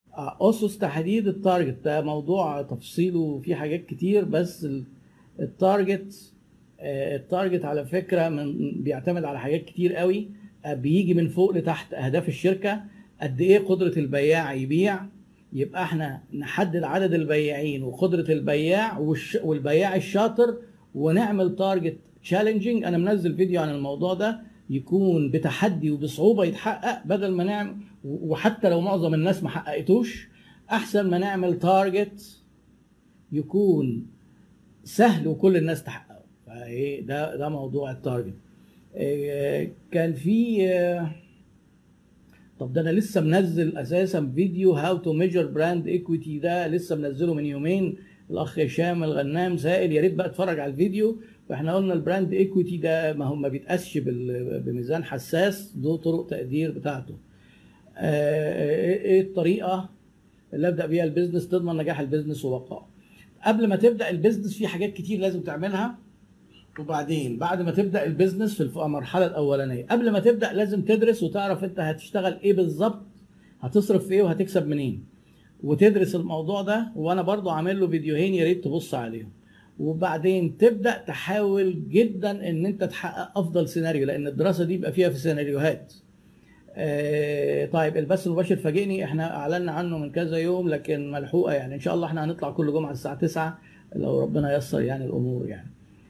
اسس تحديد التارجت ده موضوع تفصيله في حاجات كتير، بس التارجت التارجت على فكره بيعتمد على حاجات كتير قوي. بيجي من فوق لتحت اهداف الشركه، قد ايه قدره البياع يبيع، يبقى احنا نحدد عدد البياعين وقدره البياع والبياع الشاطر، ونعمل تارجت تشالنجينج. انا منزل فيديو عن الموضوع ده، يكون بتحدي وبصعوبه يتحقق، بدل ما نعمل وحتى لو معظم الناس ما حققتوش، احسن ما نعمل تارجت يكون سهل وكل الناس تحققه. فايه ده موضوع التارجت. كان في طب ده انا لسه منزل اساسا فيديو هاو تو ميجر براند ايكويتي، ده لسه منزله من يومين. الاخ هشام الغنام سائل يا ريت بقى اتفرج على الفيديو. واحنا قلنا البراند ايكويتي ده ما بيتقاسش بميزان حساس، له طرق تقدير بتاعته. ايه الطريقه اللي ابدا بيها البيزنس تضمن نجاح البيزنس وبقائه؟ قبل ما تبدا البيزنس في حاجات كتير لازم تعملها، وبعدين بعد ما تبدا البيزنس في المرحله الاولانيه، قبل ما تبدا لازم تدرس وتعرف انت هتشتغل ايه بالظبط، هتصرف في ايه وهتكسب منين، وتدرس الموضوع ده. وانا برضو عامل له فيديوهين يا ريت تبص عليهم. وبعدين تبدا تحاول جدا ان انت تحقق افضل سيناريو، لان الدراسه دي بيبقى فيها في سيناريوهات. طيب البث المباشر فاجئني، احنا اعلنا عنه من كذا يوم لكن ملحوقه، يعني ان شاء الله احنا هنطلع كل جمعه الساعه 9 لو ربنا ييسر يعني الامور يعني.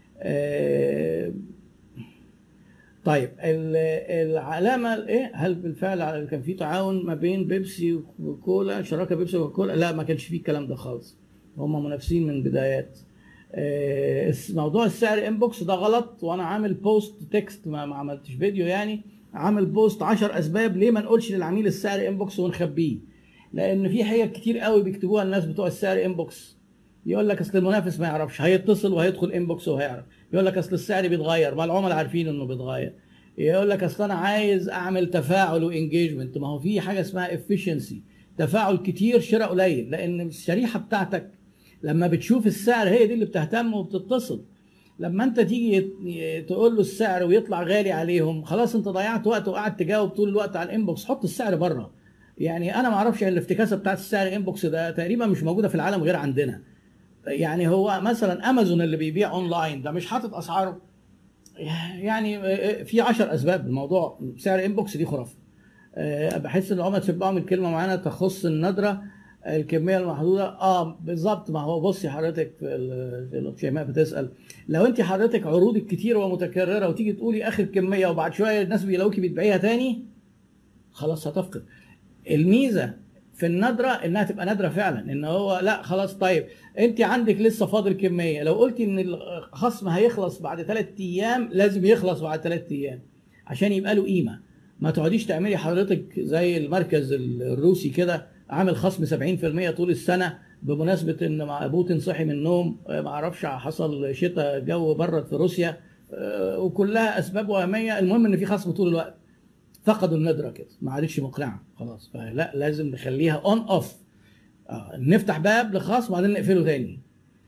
طيب العلامه ايه، هل بالفعل كان في تعاون ما بين بيبسي وكولا، شراكه بيبسي وكولا؟ لا، ما كانش فيه الكلام ده خالص، هم منافسين من بدايات. موضوع السعر انبوكس ده غلط، وانا عامل بوست تكست، ما عملتش فيديو يعني، عامل بوست 10 اسباب ليه ما نقولش للعميل السعر انبوكس ونخبيه. لان في حاجات كتير قوي بيكتبوها الناس بتوع السعر انبوكس، يقول لك اصل المنافس ما يعرفش، هيتصل وهيدخل انبوكس وهيعرف. يقول لك اصل السعر بيتغير، ما العملاء عارفين انه بيتغير. يقول لك اصل انا عايز اعمل تفاعل وانجيجمنت، ما هو في حاجه اسمها افيشنسي، تفاعل كتير شراء قليل، لان الشريحه بتاعتك لما بتشوف السعر هي دي اللي بتهتم وبتتصل. لما انت تيجي تقول له السعر ويطلع غالي عليهم، خلاص انت ضيعت وقت وقعدت تجاوب طول الوقت على الانبوكس. حط السعر بره. يعني انا ما اعرفش الافتكاسه بتاعت السعر انبوكس ده تقريبا مش موجوده في العالم غير عندنا. يعني هو مثلا امازون اللي بيبيع اونلاين ده مش حاطط اسعاره، يعني في 10 اسباب الموضوع. سعر انبوكس دي خرافه. بحس ان العملاء تشبعوا من كلمه معينه تخص الندره، الكميه المحدوده. بالظبط. ما هو بصي حضرتك في شيماء بتسال، لو انت حضرتك عروضك كتير ومتكرره وتيجي تقولي اخر كميه وبعد شويه الناس بيلاقوكي بتبيعيها تاني، خلاص هتفقد. الميزه في النادره انها تبقى نادره فعلا، ان هو لا خلاص طيب انت عندك لسه فاضل كميه، لو قلتي ان الخصم هيخلص بعد 3 ايام لازم يخلص بعد 3 ايام عشان يبقى له قيمه. ما تقعديش تعملي حضرتك زي المركز الروسي كده عامل خصم 70% طول السنه بمناسبه ان بوتين صحي من النوم، ما اعرفش حصل شتاء جو برد في روسيا، وكلها اسباب وهميه. المهم ان في خصم طول الوقت. فقدوا الندره كده، ما عادتش مقنعه خلاص. فلا، لازم نخليها اون اوف. نفتح باب لخصم وبعدين نقفله تاني.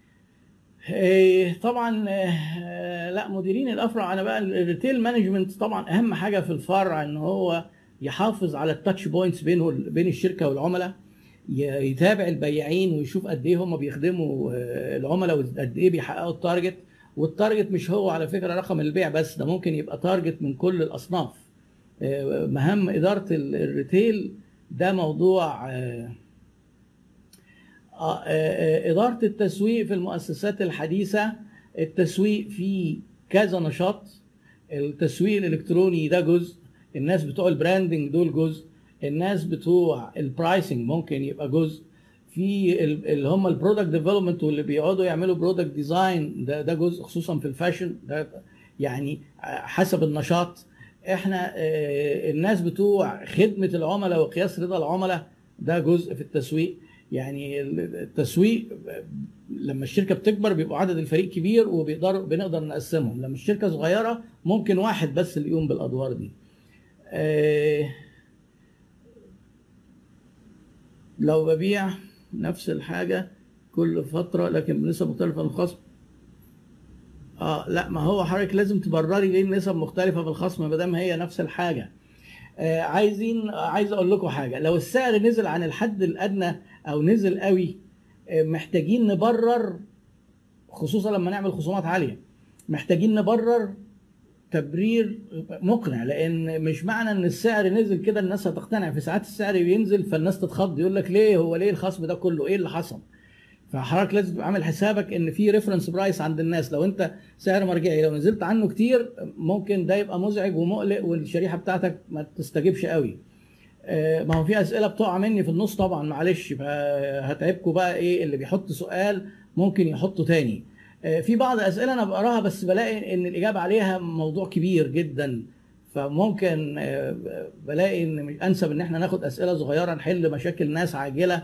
طبعا لا، مديرين الافرع، انا بقى الريتيل مانجمنت طبعا اهم حاجه في الفرع ان هو يحافظ على التاتش بوينتس بين الشركه والعملاء، يتابع البياعين ويشوف قد ايه هم بيخدموا العملاء وقد ايه بيحققوا التارجت. والتارجت مش هو على فكره رقم البيع بس، ده ممكن يبقى تارجت من كل الاصناف. مهام اداره الريتيل ده موضوع. إدارة التسويق في المؤسسات الحديثة، التسويق في كذا نشاط. التسويق الإلكتروني ده جزء، الناس بتوع البراندنج دول جزء، الناس بتوع البرايسنج ممكن يبقى جزء، في اللي هم البرودكت ديفلوبمنت واللي بيقعدوا يعملوا برودكت ديزاين ده جزء، خصوصا في الفاشن ده يعني حسب النشاط. احنا الناس بتوع خدمة العملاء وقياس رضا العملاء ده جزء في التسويق. يعني التسويق لما الشركه بتكبر بيبقى عدد الفريق كبير بنقدر نقسمهم. لما الشركه صغيره ممكن واحد بس اللي يقوم بالادوار دي. لو ببيع نفس الحاجه كل فتره لكن بنسب مختلفه للخصم، لا، ما هو حضرتك لازم تبرري ليه النسب مختلفه في الخصم ما دام هي نفس الحاجه. عايز اقول لكم حاجه، لو السعر نزل عن الحد الادنى او نزل قوي، محتاجين نبرر، خصوصا لما نعمل خصومات عاليه، محتاجين نبرر تبرير مقنع، لان مش معنى ان السعر نزل كده الناس هتقتنع. في ساعات السعر بينزل فالناس تتخض، يقول لك ليه، هو ليه الخصم ده كله، ايه اللي حصل؟ فحضرتك لازم تبقى عامل حسابك ان في ريفرنس برايس عند الناس. لو انت سعر مرجعي لو نزلت عنه كتير ممكن ده يبقى مزعج ومقلق والشريحه بتاعتك ما تستجيبش قوي. ما هو في اسئله بتقع مني في النص طبعا، معلش، فهتعبكم بقى. ايه اللي بيحط سؤال ممكن يحطه تاني. في بعض اسئله انا بقراها بس بلاقي ان الاجابه عليها موضوع كبير جدا، فممكن بلاقي ان مش انسب ان احنا ناخد اسئله صغيره نحل مشاكل ناس عاجله.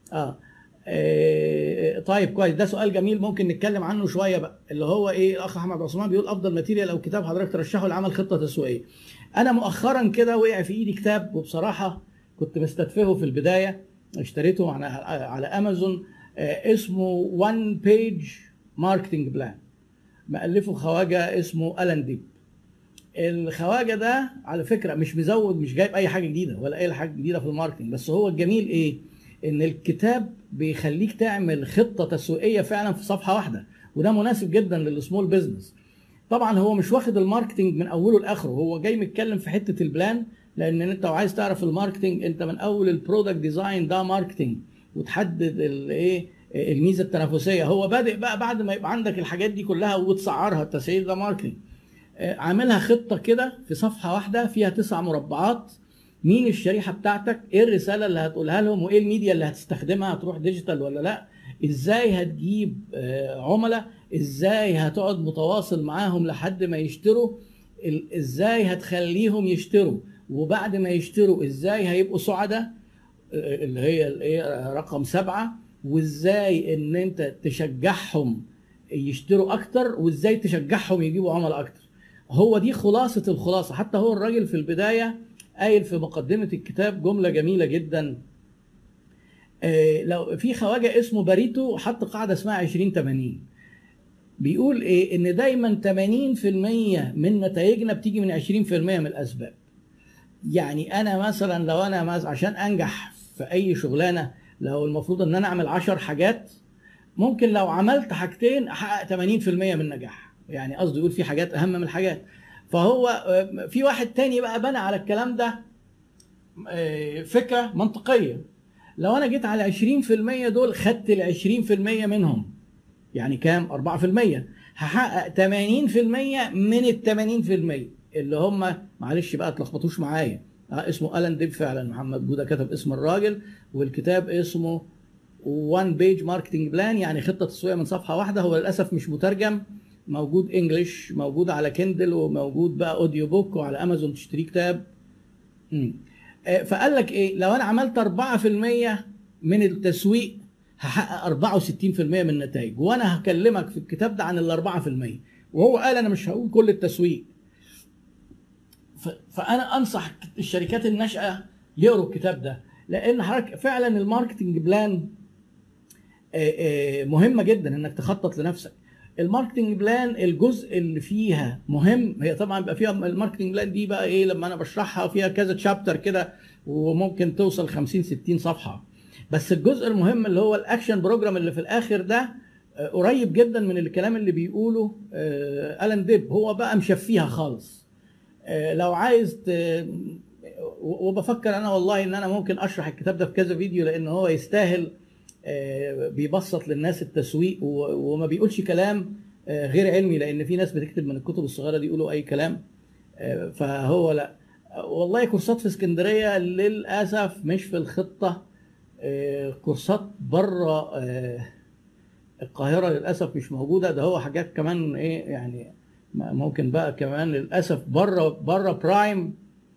طيب كويس، ده سؤال جميل ممكن نتكلم عنه شويه بقى، اللي هو ايه. الاخ احمد عثمان بيقول افضل ماتيريال او كتاب حضرتك ترشحه لعمل خطه تسويقيه. انا مؤخرا كده وقع في ايدي كتاب، وبصراحه كنت مستتفهه في البدايه، اشتريته على امازون، اسمه 1 بيج ماركتنج بلان، مؤلفه خواجه اسمه ألان ديب. الخواجه ده على فكره مش مزود، مش جايب اي حاجه جديده ولا اي حاجه جديده في الماركتنج، بس هو الجميل ايه، ان الكتاب بيخليك تعمل خطه تسويقيه فعلا في صفحه واحده، وده مناسب جدا للسمول بزنس. طبعا هو مش واخد الماركتنج من اوله لاخره، هو جاي متكلم في حته البلان، لان انت لو عايز تعرف الماركتنج انت من اول البرودكت ديزاين ده ماركتنج، وتحدد الايه الميزه التنافسيه. هو بادئ بقى بعد ما يبقى عندك الحاجات دي كلها وتسعرها، التسعير ده ماركتنج. عاملها خطه كده في صفحه واحده فيها 9 مربعات. مين الشريحه بتاعتك، ايه الرساله اللي هتقولها لهم، وايه الميديا اللي هتستخدمها، هتروح ديجيتال ولا لا، ازاي هتجيب عملاء، ازاي هتقعد متواصل معاهم لحد ما يشتروا، ازاي هتخليهم يشتروا، وبعد ما يشتروا ازاي هيبقوا سعداء، اللي هي رقم 7، وازاي ان انت تشجعهم يشتروا اكتر، وازاي تشجعهم يجيبوا عملاء اكتر. هو دي خلاصة الخلاصة. حتى هو الراجل في البداية قايل في مقدمة الكتاب جملة جميلة جدا. لو في خواجة اسمه باريتو حط قاعدة اسمها 20-80، بيقول ايه، ان دايما 80% من نتائجنا بتيجي من 20% من الاسباب. يعني انا مثلا لو انا عشان انجح في اي شغلانة، لو المفروض ان انا اعمل 10 حاجات، ممكن لو عملت حاجتين احقق 80% من النجاح. يعني قصدي يقول في حاجات اهم من الحاجات. فهو في واحد تاني بقى بنى على الكلام ده فكرة منطقية. لو انا جيت على 20% دول، خدت ال 20% منهم، يعني كام؟ 4%، هحقق 80% من ال 80%، اللي هم معلش بقى تلخبطوش معايا، اسمه ألان ديب فعلا، محمد جودة كتب اسم الراجل، والكتاب اسمه 1 بيج ماركتنج بلان، يعني خطه تسويقيه من صفحه واحده. هو للاسف مش مترجم، موجود انجلش، موجود على كندل، وموجود بقى اوديو بوك، وعلى امازون تشتري كتاب. فقال لك ايه، لو انا عملت 4% من التسويق هحقق 64% من النتائج. وانا هكلمك في الكتاب ده عن ال 4%، وهو قال انا مش هقول كل التسويق. فانا انصح الشركات الناشئه يقروا الكتاب ده، لان حضرتك فعلا الماركتنج بلان مهمه جدا انك تخطط لنفسك. الماركتنج بلان الجزء اللي فيها مهم، هي طبعا بيبقى فيها الماركتنج بلان دي بقى ايه، لما انا بشرحها فيها كذا تشابتر كده، وممكن توصل 50-60 صفحه. بس الجزء المهم اللي هو الاكشن بروجرام اللي في الاخر ده قريب جدا من الكلام اللي بيقوله ألان ديب. هو بقى مشفيها خالص. لو عايز وبفكر انا والله ان انا ممكن اشرح الكتاب ده في كذا فيديو، لان هو يستاهل. بيبسط للناس التسويق وما بيقولش كلام غير علمي، لان في ناس بتكتب من الكتب الصغيره دي يقولوا اي كلام. فهو لا والله، كورسات في اسكندريه للاسف مش في الخطه، كورسات بره القاهره للاسف مش موجوده. ده هو حاجات كمان ايه يعني، ممكن بقى كمان للاسف بره برايم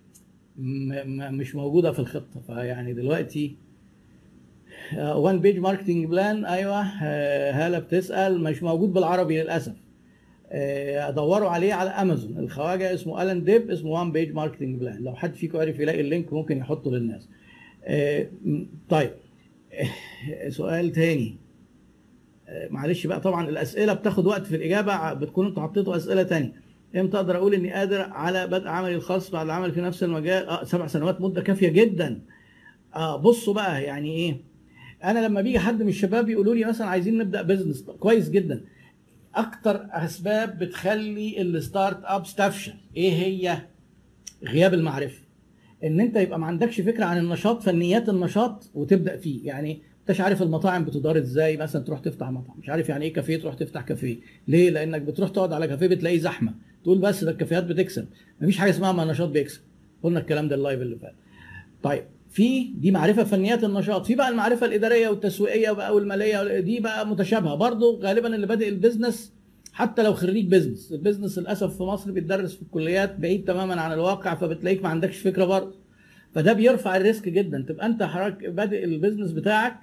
مش موجوده في الخطه. فيعني دلوقتي 1 بيج ماركتنج بلان، ايوه هاله بتسال، مش موجود بالعربي للاسف. ادوروا عليه على امازون، الخواجه اسمه ألان ديب، اسمه 1 بيج ماركتنج بلان. لو حد فيكم عرف يلاقي اللينك ممكن يحطه للناس. طيب سؤال تاني. معلش بقى طبعا الاسئله بتاخد وقت في الاجابه، بتكون انتوا حطيتوا اسئله تاني. امتى اقدر اقول اني قادر على بدء عملي الخاص بعد العمل في نفس المجال؟ 7 سنوات مده كافيه جدا. بصوا بقى يعني ايه، انا لما بيجي حد من الشباب يقولوا لي مثلا عايزين نبدا بزنس، كويس جدا. اكتر اسباب بتخلي الستارت ابس تفشل ايه هي؟ غياب المعرفه. ان انت يبقى ما عندكش فكره عن النشاط، فنيات النشاط، وتبدا فيه. يعني انتش عارف المطاعم بتدار ازاي، مثلا تروح تفتح مطعم، مش عارف يعني ايه كافيه تروح تفتح كافيه. ليه؟ لانك بتروح تقعد على كافيه بتلاقيه زحمه، تقول بس ده الكافيهات بتكسب. مفيش حاجه اسمها ما نشاط بيكسب، قلنا الكلام ده اللايف اللي فات. طيب في دي معرفه فنيات النشاط. في بقى المعرفه الاداريه والتسويقيه بقى والماليه، دي بقى متشابهه برضو. غالبا اللي بادئ البيزنس حتى لو خريج بيزنس، البيزنس للاسف في مصر بيتدرس في الكليات بعيد تماما عن الواقع، فبتلاقيك ما عندكش فكره برضو. فده بيرفع الريسك جدا. تبقى انت حضرتك بادئ البيزنس بتاعك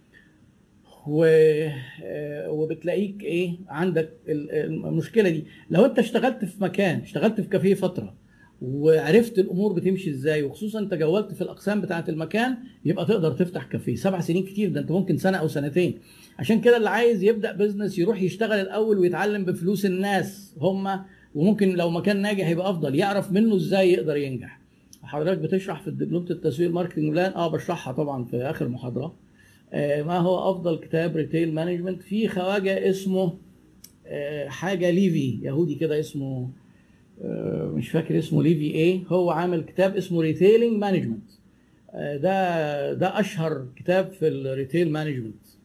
وبتلاقيك ايه عندك المشكله دي. لو انت اشتغلت في مكان، اشتغلت في كافيه فتره وعرفت الامور بتمشي ازاي، وخصوصا انت جولت في الاقسام بتاعه المكان، يبقى تقدر تفتح كافيه. 7 سنين كتير، ده انت ممكن سنه او سنتين. عشان كده اللي عايز يبدا بيزنس يروح يشتغل الاول ويتعلم بفلوس الناس هم، وممكن لو مكان ناجح يبقى افضل، يعرف منه ازاي يقدر ينجح. حضرتك بتشرح في دبلومه التسويق الماركتنج بلان؟ بشرحها طبعا في اخر محاضره. ما هو افضل كتاب ريتيل مانجمنت؟ في خواجه اسمه حاجه ليفي، يهودي كده اسمه مش فاكر اسمه ليفي ايه، هو عامل كتاب اسمه ريتيلينج مانجمنت. ده اشهر كتاب في الريتيل مانجمنت.